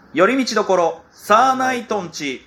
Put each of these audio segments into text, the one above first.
寄り道どころサーナイトンチ。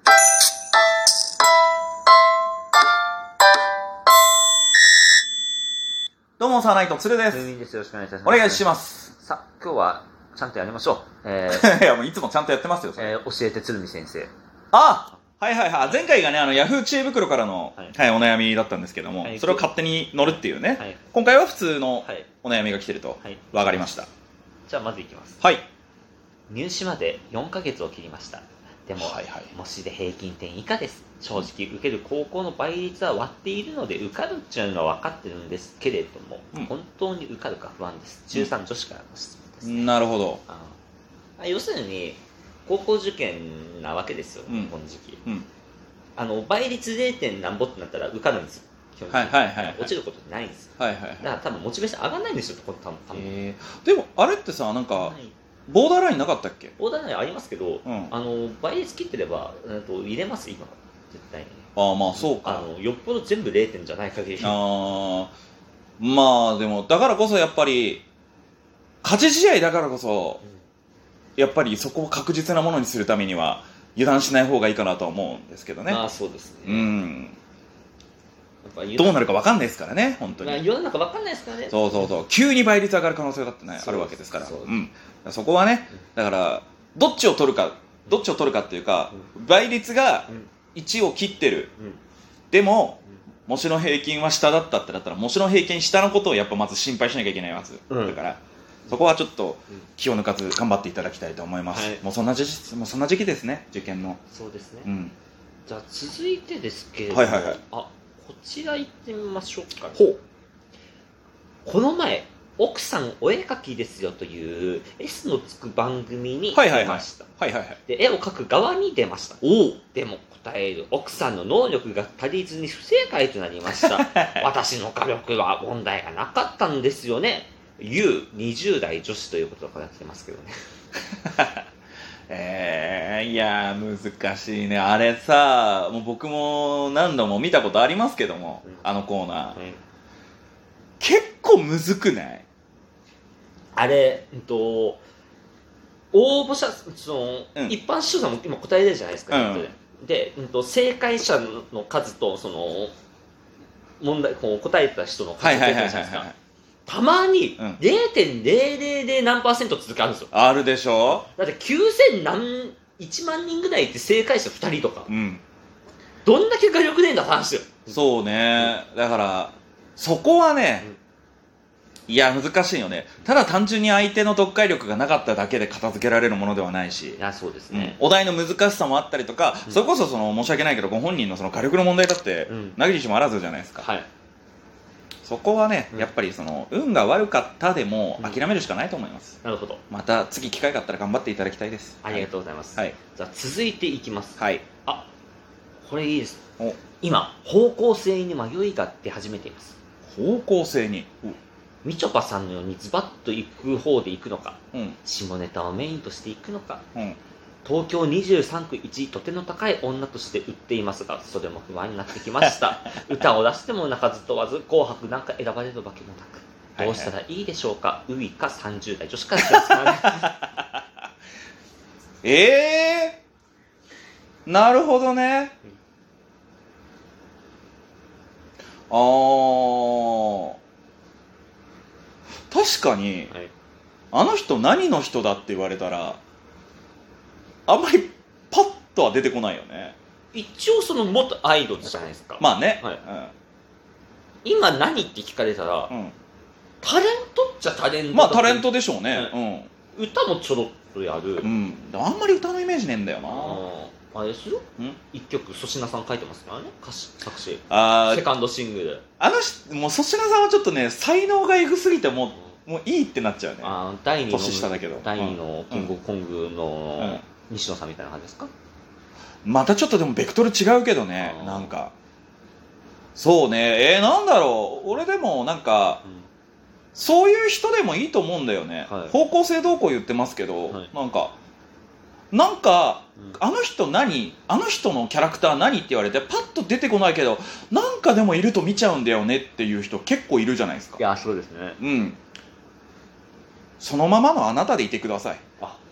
どうもサーナイトツルです。 よろしくお願いいたします。 お願いします。 さあ今日はちゃんとやりましょう。 いやもういつもちゃんとやってますよ。 教えて鶴見先生。 あ、はいはいはい。前回がねヤフー知恵袋からの、 はいお悩みだったんですけども、それを勝手に乗るっていうね、 はい、 今回は普通のお悩みが来てると分かりました。 じゃあまずいきます。 はい。 入試まで4ヶ月を切りました。でも、模試で平均点以下です。正直受ける高校の倍率は割っているので受かるっていうのは分かってるんですけれども、本当に受かるか不安です。中3女子からの質問ですね。 なるほど。 要するに高校受験なわけですよ、この時期。倍率 0. 点なんぼってなったら受かるんですよ。基本的に落ちることないんですよ。だから多分モチベーション上がらないんですよ、この多分。 でもあれってさ、なんかボーダーラインなかったっけ？ ボーダーラインありますけど、倍率切ってれば入れます今絶対に。 ああまあそうか。 よっぽど全部0点じゃない限り。 まあでもだからこそやっぱり勝ち試合だからこそ、やっぱりそこを確実なものにするためには油断しない方がいいかなとは思うんですけどね。 そうですね。 どうなるか分かんないですからね、本当に。 世の中分かんないですからね。 そう急に倍率上がる可能性だってねあるわけですから。そこはね、だからどっちを取るかっていうか、倍率が1を切ってる、でも模試の平均は下だったってなったら模試の平均下のことをやっぱまず心配しなきゃいけないやつだから、そこはちょっと気を抜かず頑張っていただきたいと思います。もうそんな時期ですね、受験の。 そうですね。じゃあ続いてですけれども、こちら行ってみましょうか。この前奥さんお絵描きですよという S のつく番組に出ました。で絵を描く側に出ました。でも答える奥さんの能力が足りずに不正解となりました。私の火力は問題がなかったんですよね。20代女子ということがやってますけどね。 いや難しいね。あれさ、もう僕も何度も見たことありますけども、あのコーナー、結構むずくない？ あれ、応募者、一般視聴者も今答えれるじゃないですか、で、正解者の数と問題答えた人の数じゃないですか。たまに 0.000 何%続くあるんですよ。あるでしょ。だって1万人ぐらいって正解者2人とか、どんだけ画力ねえんだって話よ。 そうね、だからそこはね、いや難しいよね。ただ単純に相手の読解力がなかっただけで片付けられるものではないし、 そうですね、 お題の難しさもあったりとか、それこそ申し訳ないけどご本人の画力の問題だってなきにしもあらずじゃないですか。そこはね、やっぱり運が悪かったでも諦めるしかないと思います。 なるほど。 また次機会があったら頑張っていただきたいです。 ありがとうございます。じゃあ続いていきます。これいいです。今方向性に迷いが出始めています。方向性に、みちょぱさんのようにズバッと行く方で行くのか、下ネタをメインとしていくのか、東京23区一とても高い女として売っていますが、それも不安になってきました歌を出しても鳴かず問わず紅白なんか選ばれるわけもなく、どうしたらいいでしょうか。ウイか30代女子からですかね。なるほどね。確かに、あの人何の人だって言われたらあんまりパッとは出てこないよね。 一応元アイドルじゃないですか。 まあね、 今何って聞かれたら、タレントっちゃタレント。 まあタレントでしょうね。 歌もちょろっとやる。 あんまり歌のイメージねえんだよな。 あれですよ、一曲粗品さん書いてますからね、作詞。セカンドシングル。 もう粗品さんはちょっとね才能がエグすぎてもういいってなっちゃうね。年下だけど第2のキングコングの西野さんみたいな感じですか。 またちょっとでもベクトル違うけどね。なんかそうね。なんだろう、俺でもなんか、そういう人でもいいと思うんだよね。方向性どうこう言ってますけど、なんかあの人のキャラクター何って言われてパッと出てこないけど、なんかでもいると見ちゃうんだよねっていう人結構いるじゃないですか。 いやそうですね。 そのままのあなたでいてください。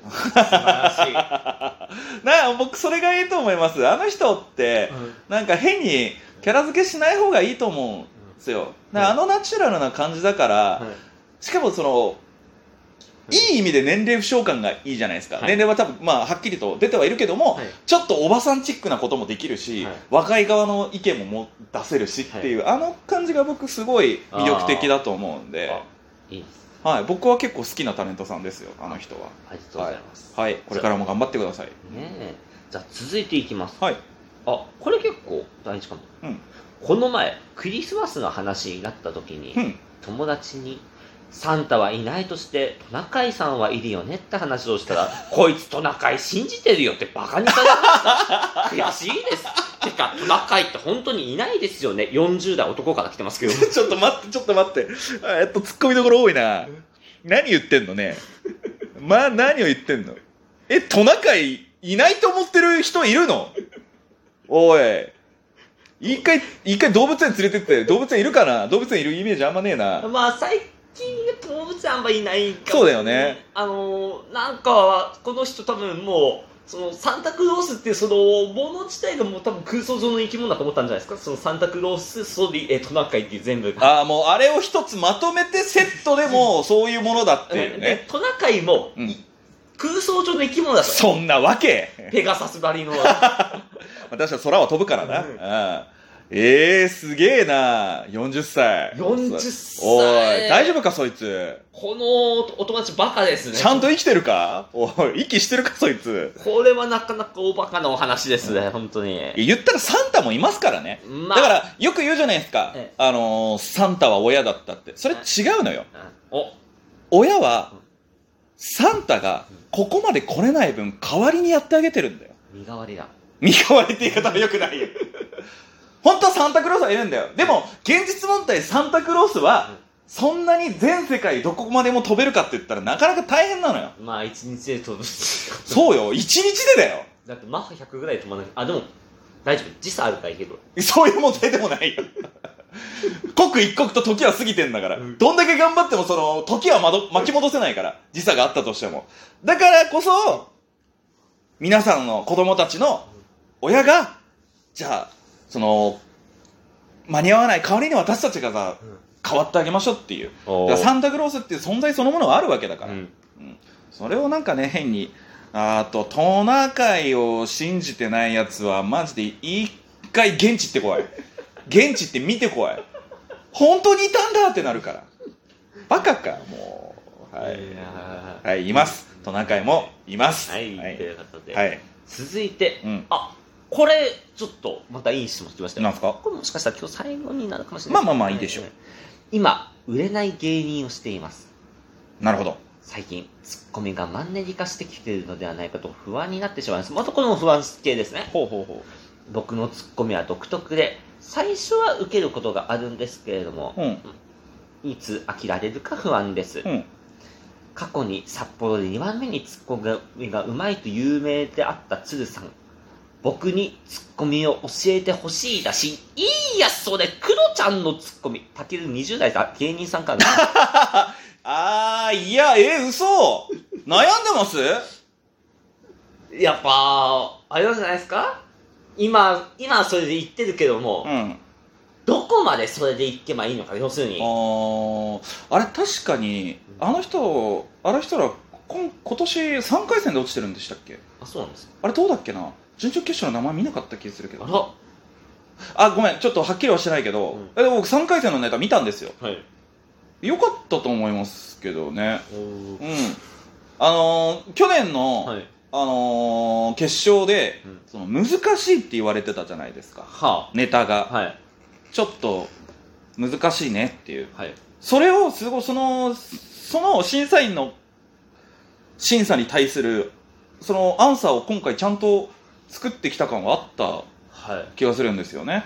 素晴らしい。 僕それがいいと思います。あの人って、なんか変にキャラ付けしない方がいいと思うんですよ。あのナチュラルな感じだから、しかもそのいい意味で年齢不詳感がいいじゃないですか、年齢は多分はっきりと出てはいるけども、ちょっとおばさんチックなこともできるし、若い側の意見も出せるしっていう、あの感じが僕すごい魅力的だと思うんで、 いいです。 はい、僕は結構好きなタレントさんですよ、あの人は。 ありがとうございます。 はい、これからも頑張ってください。 じゃあ続いていきます。 はい。 これ結構大事かも。この前クリスマスの話になった時に、友達にサンタはいないとしてトナカイさんはいるよねって話をしたらこいつトナカイ信じてるよってバカにされました。悔しいです。てかトナカイって本当にいないですよね。40代男から来てますけど。 ちょっと待ってツッコミどころ多いな。何言ってんのね。何を言ってんの。トナカイいないと思ってる人いるの？おい、一回動物園連れてって。動物園いるかな。動物園いるイメージあんまねえな。 最近動物園あんまいないかも。そうだよね。 なんかこの人多分もうそのサンタクロースっていうそのもの自体がもう多分空想上の生き物だと思ったんじゃないですか。そのサンタクローストナカイっていう全部が。 もうあれを一つまとめてセットでもそういうものだっていうね。 トナカイも、空想上の生き物だと。 そんなわけ。 ペガサスばりの。 私は空は飛ぶからな。すげえな。40歳。 40歳。 おい、大丈夫かそいつ。 このお友達バカですね。 ちゃんと生きてるか。おい、息してるかそいつ。 これはなかなかおバカなお話ですね、本当に。 言ったらサンタもいますからね。だからよく言うじゃないですか。サンタは親だったって。それ違うのよ。親はサンタがここまで来れない分代わりにやってあげてるんだよ。 身代わりだ。 身代わりって言い方はよくないよ。本当はサンタクロースはいるんだよ。でも現実問題サンタクロースはそんなに全世界どこまでも飛べるかって言ったらなかなか大変なのよ。 1日で飛ぶ。 そうよ、1日でだよ。 だってマッハ100ぐらい飛ばない。でも大丈夫、時差あるからいける。 そういう問題でもないよ。刻一刻と時は過ぎてんだから、どんだけ頑張ってもその時は巻き戻せないから、時差があったとしても。だからこそ皆さんの子供たちの親がじゃあその間に合わない代わりに私たちがさ、変わってあげましょうっていう。だからサンタクロースっていう存在そのものがあるわけだから、それをなんかね変にトナカイを信じてないやつはマジで一回現地って怖い。現地って見て怖い。本当にいたんだってなるから。バカかもう。はい、います。トナカイもいます。 ということで、続いて、これちょっとまたいい質問してましたよ。 なんすか？ これもしかしたら今日最後になるかもしれない。 まあいいでしょう。 今売れない芸人をしています。 なるほど。 最近ツッコミがマンネリ化してきているのではないかと不安になってしまいます。またこれも不安系ですね。僕のツッコミは独特で最初は受けることがあるんですけれども、いつ飽きられるか不安です。過去に札幌で2番目にツッコミがうまいと有名であった鶴さん、僕にツッコミを教えてほしいだし、いいやそれクロちゃんのツッコミ、たける20代だ芸人さんからいや嘘悩んでます？ やっぱあれなんじゃないですか。今はそれで言ってるけども、どこまでそれでいけばいいのか。要するにあれ確かにあの人ら今年3回戦で落ちてるんでしたっけ？ そうなんです。 あれどうだっけな。準々決勝の名前見なかった気がするけど。ごめん、ちょっとはっきりはしてないけど、僕3回戦のネタ見たんですよ。よかったと思いますけどね。去年の、決勝で、その難しいって言われてたじゃないですか、ネタが、ちょっと難しいねっていう、それをすごいその審査員の審査に対するそのアンサーを今回ちゃんと作ってきた感があった気がするんですよね。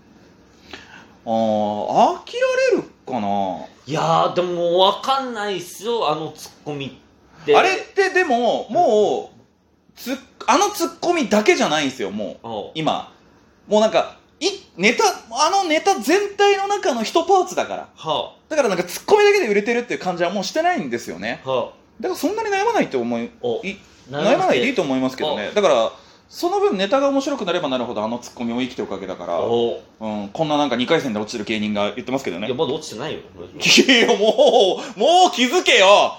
飽きられるかな。 いやでも分かんないっすよ、あのツッコミって。 あれってでももうあのツッコミだけじゃないんですよ。もう今もうなんかネタ全体の中の一パーツだから、だからなんかツッコミだけで売れてるっていう感じはもうしてないんですよね。 だからそんなに悩まないと悩まないでいいと思いますけどね。だからその分ネタが面白くなればなるほどあのツッコミも生きてるおかげだから、こんななんか2回戦で落ちてる芸人が言ってますけどね。 いやまだ落ちてないよ。 いやもう気づけよ。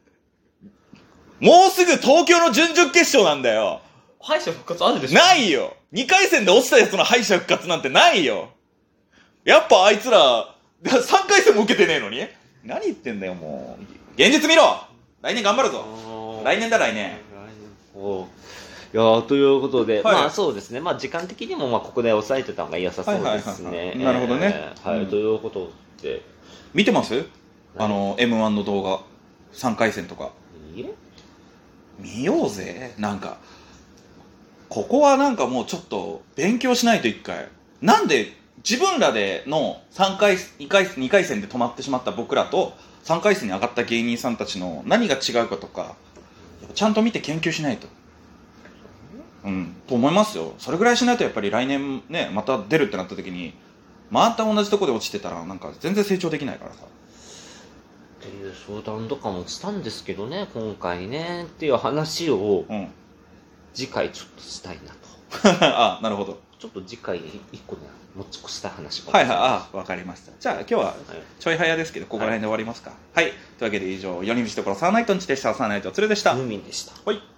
もうすぐ東京の準々決勝なんだよ。 敗者復活あるでしょ。 ないよ。2回戦で落ちたやつの敗者復活なんてないよ。やっぱあいつら3回戦も受けてねえのに何言ってんだよ。もう現実見ろ。来年頑張るぞ。来年だ来年。 いやということで、まあそうですね、まあ時間的にもここで抑えてた方が良さそうですね。 なるほどね。 はい、ということで見てます？M1 の動画3回戦とか。見ようぜ。なんかここはなんかもうちょっと勉強しないと。一回なんで自分らでの2回戦で止まってしまった僕らと3回戦に上がった芸人さんたちの何が違うかとかちゃんと見て研究しないと。と思いますよ。それぐらいしないとやっぱり来年ねまた出るってなった時にまた同じとこで落ちてたらなんか全然成長できないからさっていう相談とかもしたんですけどね今回ねっていう話を、次回ちょっとしたいなと。 あ、なるほど。 ちょっと次回1個ね持ち越した話も。わかりました。じゃあ今日はちょい早ですけどここら辺で終わりますか。はい、というわけで以上寄り道ところサーナイトンチでした。サーナイトツルでした。 ムーミンでした。 はい。